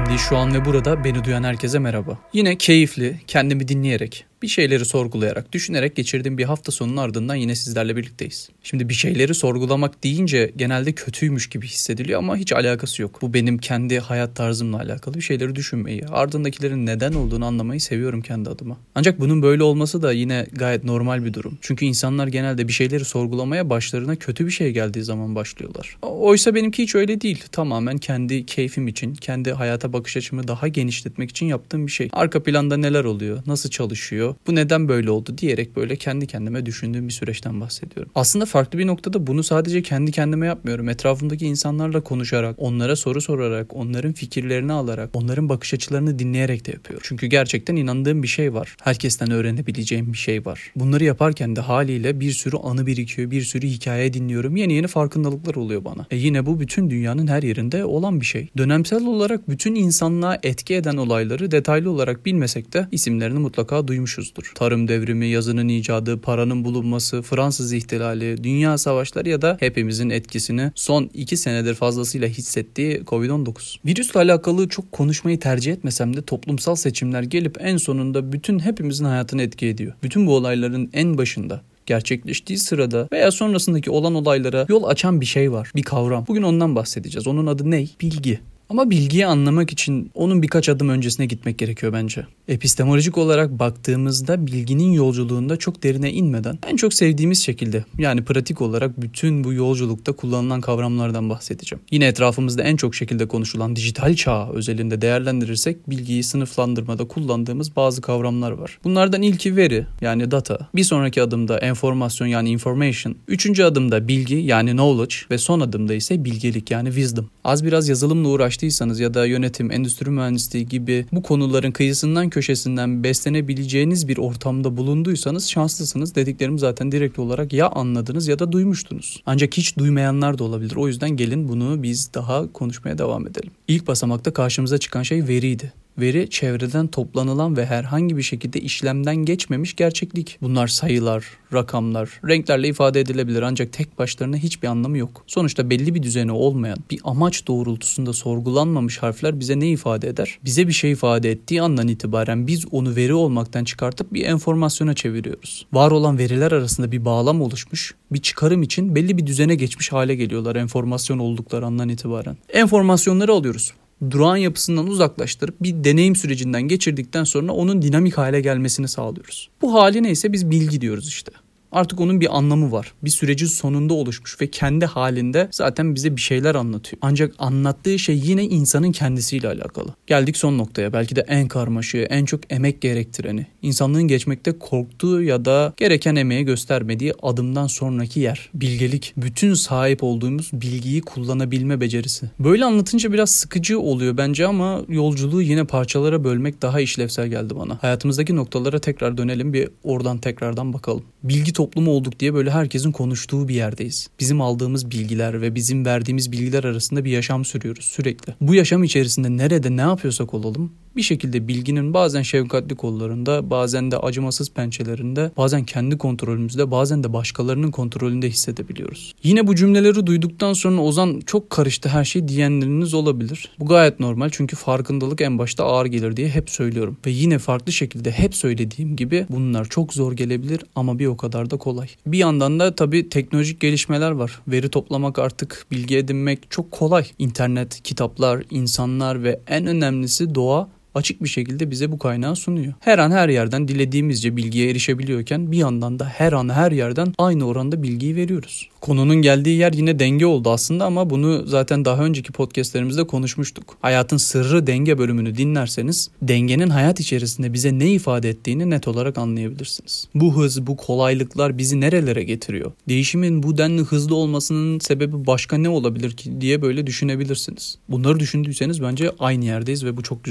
Şimdi şu an ve burada beni duyan herkese merhaba. Yine keyifli, kendimi dinleyerek, bir şeyleri sorgulayarak, düşünerek geçirdiğim bir hafta sonunun ardından yine sizlerle birlikteyiz. Şimdi bir şeyleri sorgulamak deyince genelde kötüymüş gibi hissediliyor ama hiç alakası yok. Bu benim kendi hayat tarzımla alakalı, bir şeyleri düşünmeyi, ardındakilerin neden olduğunu anlamayı seviyorum kendi adıma. Ancak bunun böyle olması da yine gayet normal bir durum. Çünkü insanlar genelde bir şeyleri sorgulamaya başlarına kötü bir şey geldiği zaman başlıyorlar. Oysa benimki hiç öyle değil. Tamamen kendi keyfim için, kendi hayata bakış açımı daha genişletmek için yaptığım bir şey. Arka planda neler oluyor, nasıl çalışıyor, bu neden böyle oldu diyerek böyle kendi kendime düşündüğüm bir süreçten bahsediyorum. Aslında farklı bir noktada bunu sadece kendi kendime yapmıyorum. Etrafımdaki insanlarla konuşarak, onlara soru sorarak, onların fikirlerini alarak, onların bakış açılarını dinleyerek de yapıyorum. Çünkü gerçekten inandığım bir şey var. Herkesten öğrenebileceğim bir şey var. Bunları yaparken de haliyle bir sürü anı birikiyor, bir sürü hikaye dinliyorum. Yeni farkındalıklar oluyor bana. Yine bu bütün dünyanın her yerinde olan bir şey. Dönemsel olarak bütün insanlığa etki eden olayları detaylı olarak bilmesek de isimlerini mutlaka duymuşuzdur. Tarım devrimi, yazının icadı, paranın bulunması, Fransız ihtilali, dünya savaşları ya da hepimizin etkisini son 2 senedir fazlasıyla hissettiği Covid-19. Virüsle alakalı çok konuşmayı tercih etmesem de toplumsal seçimler gelip en sonunda bütün hepimizin hayatını etki ediyor. Bütün bu olayların en başında, gerçekleştiği sırada veya sonrasındaki olan olaylara yol açan bir şey var, bir kavram. Bugün ondan bahsedeceğiz. Onun adı ne? Bilgi. Ama bilgiyi anlamak için onun birkaç adım öncesine gitmek gerekiyor bence. Epistemolojik olarak baktığımızda bilginin yolculuğunda çok derine inmeden en çok sevdiğimiz şekilde, yani pratik olarak bütün bu yolculukta kullanılan kavramlardan bahsedeceğim. Yine etrafımızda en çok şekilde konuşulan dijital çağ özelinde değerlendirirsek bilgiyi sınıflandırmada kullandığımız bazı kavramlar var. Bunlardan ilki veri, yani data. Bir sonraki adımda enformasyon, yani information. Üçüncü adımda bilgi, yani knowledge ve son adımda ise bilgelik, yani wisdom. Az biraz yazılımla uğraştıysanız ya da yönetim, endüstri mühendisliği gibi bu konuların kıyısından köşesinden beslenebileceğiniz bir ortamda bulunduysanız şanslısınız. Dediklerimi zaten direkt olarak ya anladınız ya da duymuştunuz. Ancak hiç duymayanlar da olabilir. O yüzden gelin bunu biz daha konuşmaya devam edelim. İlk basamakta karşımıza çıkan şey veriydi. Veri, çevreden toplanılan ve herhangi bir şekilde işlemden geçmemiş gerçeklik. Bunlar sayılar, rakamlar, renklerle ifade edilebilir ancak tek başlarına hiçbir anlamı yok. Sonuçta belli bir düzeni olmayan, bir amaç doğrultusunda sorgulanmamış harfler bize ne ifade eder? Bize bir şey ifade ettiği andan itibaren biz onu veri olmaktan çıkartıp bir enformasyona çeviriyoruz. Var olan veriler arasında bir bağlam oluşmuş, bir çıkarım için belli bir düzene geçmiş hale geliyorlar enformasyon oldukları andan itibaren. Enformasyonları alıyoruz. Durağan yapısından uzaklaştırıp bir deneyim sürecinden geçirdikten sonra onun dinamik hale gelmesini sağlıyoruz. Bu hali neyse biz bilgi diyoruz işte. Artık onun bir anlamı var. Bir sürecin sonunda oluşmuş ve kendi halinde zaten bize bir şeyler anlatıyor. Ancak anlattığı şey yine insanın kendisiyle alakalı. Geldik son noktaya. Belki de en karmaşığı, en çok emek gerektireni. İnsanlığın geçmekte korktuğu ya da gereken emeği göstermediği adımdan sonraki yer. Bilgelik. Bütün sahip olduğumuz bilgiyi kullanabilme becerisi. Böyle anlatınca biraz sıkıcı oluyor bence ama yolculuğu yine parçalara bölmek daha işlevsel geldi bana. Hayatımızdaki noktalara tekrar dönelim, bir oradan tekrardan bakalım. Bilgi toplumu olduk diye böyle herkesin konuştuğu bir yerdeyiz. Bizim aldığımız bilgiler ve bizim verdiğimiz bilgiler arasında bir yaşam sürüyoruz sürekli. Bu yaşam içerisinde nerede ne yapıyorsak olalım bir şekilde bilginin bazen şefkatli kollarında, bazen de acımasız pençelerinde, bazen kendi kontrolümüzde, bazen de başkalarının kontrolünde hissedebiliyoruz. Yine bu cümleleri duyduktan sonra Ozan çok karıştı her şey diyenleriniz olabilir. Bu gayet normal çünkü farkındalık en başta ağır gelir diye hep söylüyorum. Ve yine farklı şekilde hep söylediğim gibi bunlar çok zor gelebilir ama bir o kadar da kolay. Bir yandan da tabii teknolojik gelişmeler var. Veri toplamak, artık bilgi edinmek çok kolay. İnternet, kitaplar, insanlar ve en önemlisi doğa açık bir şekilde bize bu kaynağı sunuyor. Her an her yerden dilediğimizce bilgiye erişebiliyorken bir yandan da her an her yerden aynı oranda bilgiyi veriyoruz. Konunun geldiği yer yine denge oldu aslında ama bunu zaten daha önceki podcastlerimizde konuşmuştuk. Hayatın Sırrı Denge bölümünü dinlerseniz dengenin hayat içerisinde bize ne ifade ettiğini net olarak anlayabilirsiniz. Bu hız, bu kolaylıklar bizi nerelere getiriyor? Değişimin bu denli hızlı olmasının sebebi başka ne olabilir ki diye böyle düşünebilirsiniz. Bunları düşündüyseniz bence aynı yerdeyiz ve bu çok güzel bir şey.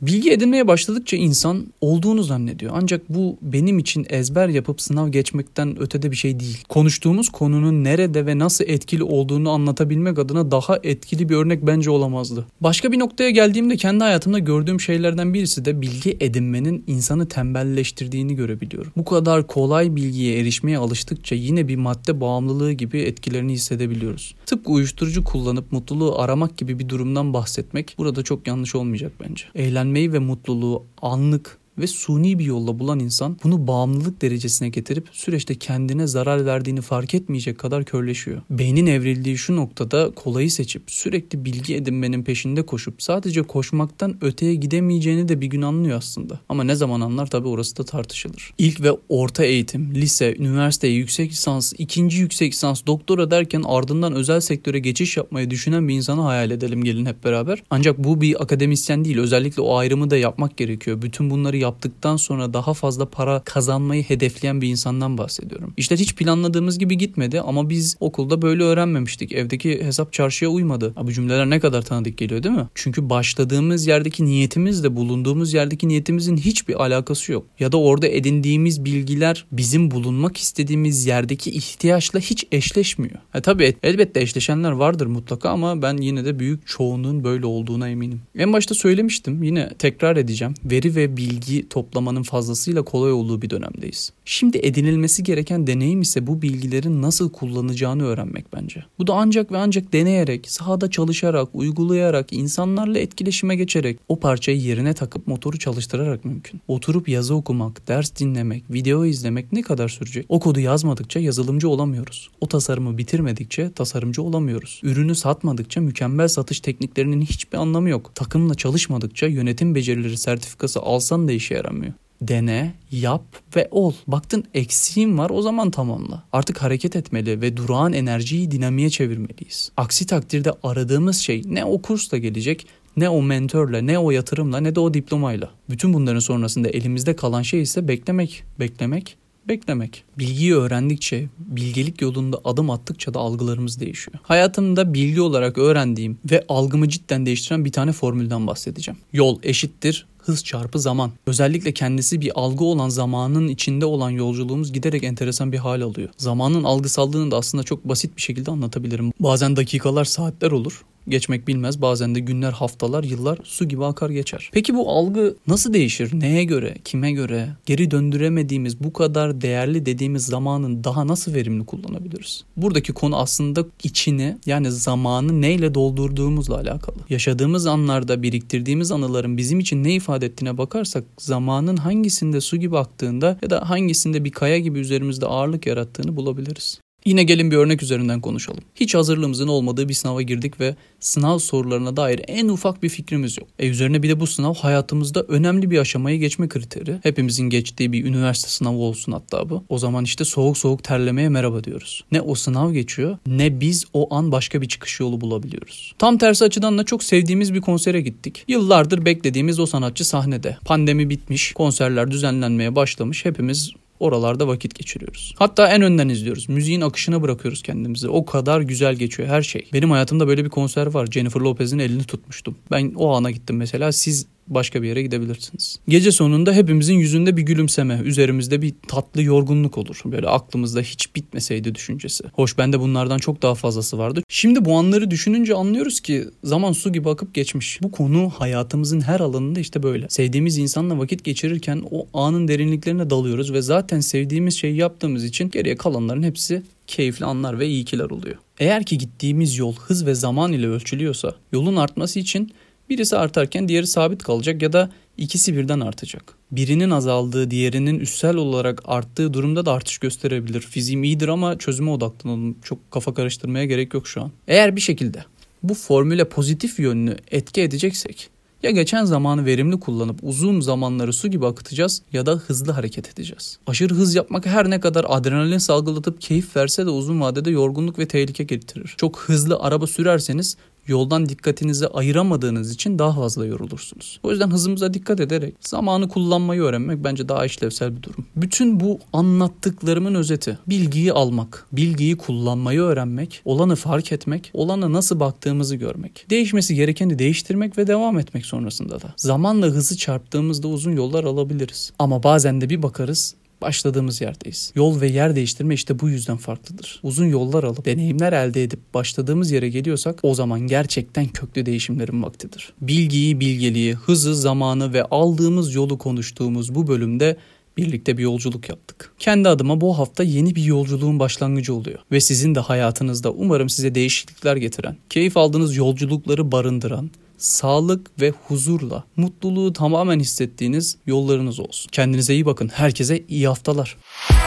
Bilgi edinmeye başladıkça insan olduğunu zannediyor. Ancak bu benim için ezber yapıp sınav geçmekten ötede bir şey değil. Konuştuğumuz konunun nerede ve nasıl etkili olduğunu anlatabilmek adına daha etkili bir örnek bence olamazdı. Başka bir noktaya geldiğimde kendi hayatımda gördüğüm şeylerden birisi de bilgi edinmenin insanı tembelleştirdiğini görebiliyorum. Bu kadar kolay bilgiye erişmeye alıştıkça yine bir madde bağımlılığı gibi etkilerini hissedebiliyoruz. Tıpkı uyuşturucu kullanıp mutluluğu aramak gibi bir durumdan bahsetmek burada çok yanlış olmayacak bence. Eğlenmeyi ve mutluluğu anlık ve suni bir yolla bulan insan bunu bağımlılık derecesine getirip süreçte kendine zarar verdiğini fark etmeyecek kadar körleşiyor. Beynin evrildiği şu noktada kolayı seçip sürekli bilgi edinmenin peşinde koşup sadece koşmaktan öteye gidemeyeceğini de bir gün anlıyor aslında. Ama ne zaman anlar tabii orası da tartışılır. İlk ve orta eğitim, lise, üniversite, yüksek lisans, ikinci yüksek lisans, doktora derken ardından özel sektöre geçiş yapmayı düşünen bir insanı hayal edelim gelin hep beraber. Ancak bu bir akademisyen değil. Özellikle o ayrımı da yapmak gerekiyor. Bütün bunları yaptıktan sonra daha fazla para kazanmayı hedefleyen bir insandan bahsediyorum. İşte hiç planladığımız gibi gitmedi ama biz okulda böyle öğrenmemiştik. Evdeki hesap çarşıya uymadı. Bu cümleler ne kadar tanıdık geliyor değil mi? Çünkü başladığımız yerdeki niyetimizle bulunduğumuz yerdeki niyetimizin hiçbir alakası yok. Ya da orada edindiğimiz bilgiler bizim bulunmak istediğimiz yerdeki ihtiyaçla hiç eşleşmiyor. Tabii elbette eşleşenler vardır mutlaka ama ben yine de büyük çoğunluğun böyle olduğuna eminim. En başta söylemiştim, yine tekrar edeceğim. Veri ve bilgi toplamanın fazlasıyla kolay olduğu bir dönemdeyiz. Şimdi edinilmesi gereken deneyim ise bu bilgilerin nasıl kullanacağını öğrenmek bence. Bu da ancak ve ancak deneyerek, sahada çalışarak, uygulayarak, insanlarla etkileşime geçerek, o parçayı yerine takıp motoru çalıştırarak mümkün. Oturup yazı okumak, ders dinlemek, video izlemek ne kadar sürecek? O kodu yazmadıkça yazılımcı olamıyoruz. O tasarımı bitirmedikçe tasarımcı olamıyoruz. Ürünü satmadıkça mükemmel satış tekniklerinin hiçbir anlamı yok. Takımla çalışmadıkça yönetim becerileri sertifikası alsan da işe yaramıyor. Dene, yap ve ol. Baktın eksiğin var, o zaman tamamla. Artık hareket etmeli ve durağan enerjiyi dinamiğe çevirmeliyiz. Aksi takdirde aradığımız şey ne o kursla gelecek, ne o mentörle, ne o yatırımla, ne de o diplomayla. Bütün bunların sonrasında elimizde kalan şey ise beklemek. Bilgiyi öğrendikçe, bilgelik yolunda adım attıkça da algılarımız değişiyor. Hayatımda bilgi olarak öğrendiğim ve algımı cidden değiştiren bir tane formülden bahsedeceğim. Yol eşittir hız çarpı zaman. Özellikle kendisi bir algı olan zamanın içinde olan yolculuğumuz giderek enteresan bir hal alıyor. Zamanın algısallığını da aslında çok basit bir şekilde anlatabilirim. Bazen dakikalar, saatler olur. Geçmek bilmez. Bazen de günler, haftalar, yıllar su gibi akar geçer. Peki bu algı nasıl değişir? Neye göre? Kime göre? Geri döndüremediğimiz bu kadar değerli dediğimiz zamanın daha nasıl verimli kullanabiliriz? Buradaki konu aslında içini, yani zamanı neyle doldurduğumuzla alakalı. Yaşadığımız anlarda biriktirdiğimiz anıların bizim için ne ifade ettiğine bakarsak zamanın hangisinde su gibi aktığında ya da hangisinde bir kaya gibi üzerimizde ağırlık yarattığını bulabiliriz. Yine gelin bir örnek üzerinden konuşalım. Hiç hazırlığımızın olmadığı bir sınava girdik ve sınav sorularına dair en ufak bir fikrimiz yok. Üzerine bir de bu sınav hayatımızda önemli bir aşamaya geçme kriteri. Hepimizin geçtiği bir üniversite sınavı olsun hatta bu. O zaman işte soğuk soğuk terlemeye merhaba diyoruz. Ne o sınav geçiyor ne biz o an başka bir çıkış yolu bulabiliyoruz. Tam tersi açıdan da çok sevdiğimiz bir konsere gittik. Yıllardır beklediğimiz o sanatçı sahnede. Pandemi bitmiş, konserler düzenlenmeye başlamış. Hepimiz oralarda vakit geçiriyoruz. Hatta en önden izliyoruz. Müziğin akışına bırakıyoruz kendimizi. O kadar güzel geçiyor her şey. Benim hayatımda böyle bir konser var. Jennifer Lopez'in elini tutmuştum. Ben o ana gittim mesela. Siz başka bir yere gidebilirsiniz. Gece sonunda hepimizin yüzünde bir gülümseme, üzerimizde bir tatlı yorgunluk olur. Böyle aklımızda hiç bitmeseydi düşüncesi. Hoş bende bunlardan çok daha fazlası vardı. Şimdi bu anları düşününce anlıyoruz ki zaman su gibi akıp geçmiş. Bu konu hayatımızın her alanında işte böyle. Sevdiğimiz insanla vakit geçirirken o anın derinliklerine dalıyoruz ve zaten sevdiğimiz şeyi yaptığımız için geriye kalanların hepsi keyifli anlar ve iyikiler oluyor. Eğer ki gittiğimiz yol hız ve zaman ile ölçülüyorsa yolun artması için birisi artarken diğeri sabit kalacak ya da ikisi birden artacak. Birinin azaldığı, diğerinin üssel olarak arttığı durumda da artış gösterebilir. Fiziğim iyidir ama çözüme odaklanalım. Çok kafa karıştırmaya gerek yok şu an. Eğer bir şekilde bu formüle pozitif yönünü etki edeceksek ya geçen zamanı verimli kullanıp uzun zamanları su gibi akıtacağız ya da hızlı hareket edeceğiz. Aşırı hız yapmak her ne kadar adrenalin salgılatıp keyif verse de uzun vadede yorgunluk ve tehlike getirir. Çok hızlı araba sürerseniz yoldan dikkatinizi ayıramadığınız için daha fazla yorulursunuz. O yüzden hızımıza dikkat ederek zamanı kullanmayı öğrenmek bence daha işlevsel bir durum. Bütün bu anlattıklarımın özeti bilgiyi almak, bilgiyi kullanmayı öğrenmek, olanı fark etmek, olana nasıl baktığımızı görmek. Değişmesi gerekeni değiştirmek ve devam etmek sonrasında da. Zamanla hızı çarptığımızda uzun yollar alabiliriz. Ama bazen de bir bakarız, başladığımız yerdeyiz. Yol ve yer değiştirme işte bu yüzden farklıdır. Uzun yollar alıp deneyimler elde edip başladığımız yere geliyorsak o zaman gerçekten köklü değişimlerin vaktidir. Bilgiyi, bilgeliği, hızı, zamanı ve aldığımız yolu konuştuğumuz bu bölümde birlikte bir yolculuk yaptık. Kendi adıma bu hafta yeni bir yolculuğun başlangıcı oluyor. Ve sizin de hayatınızda umarım size değişiklikler getiren, keyif aldığınız yolculukları barındıran, sağlık ve huzurla, mutluluğu tamamen hissettiğiniz yollarınız olsun. Kendinize iyi bakın. Herkese iyi haftalar.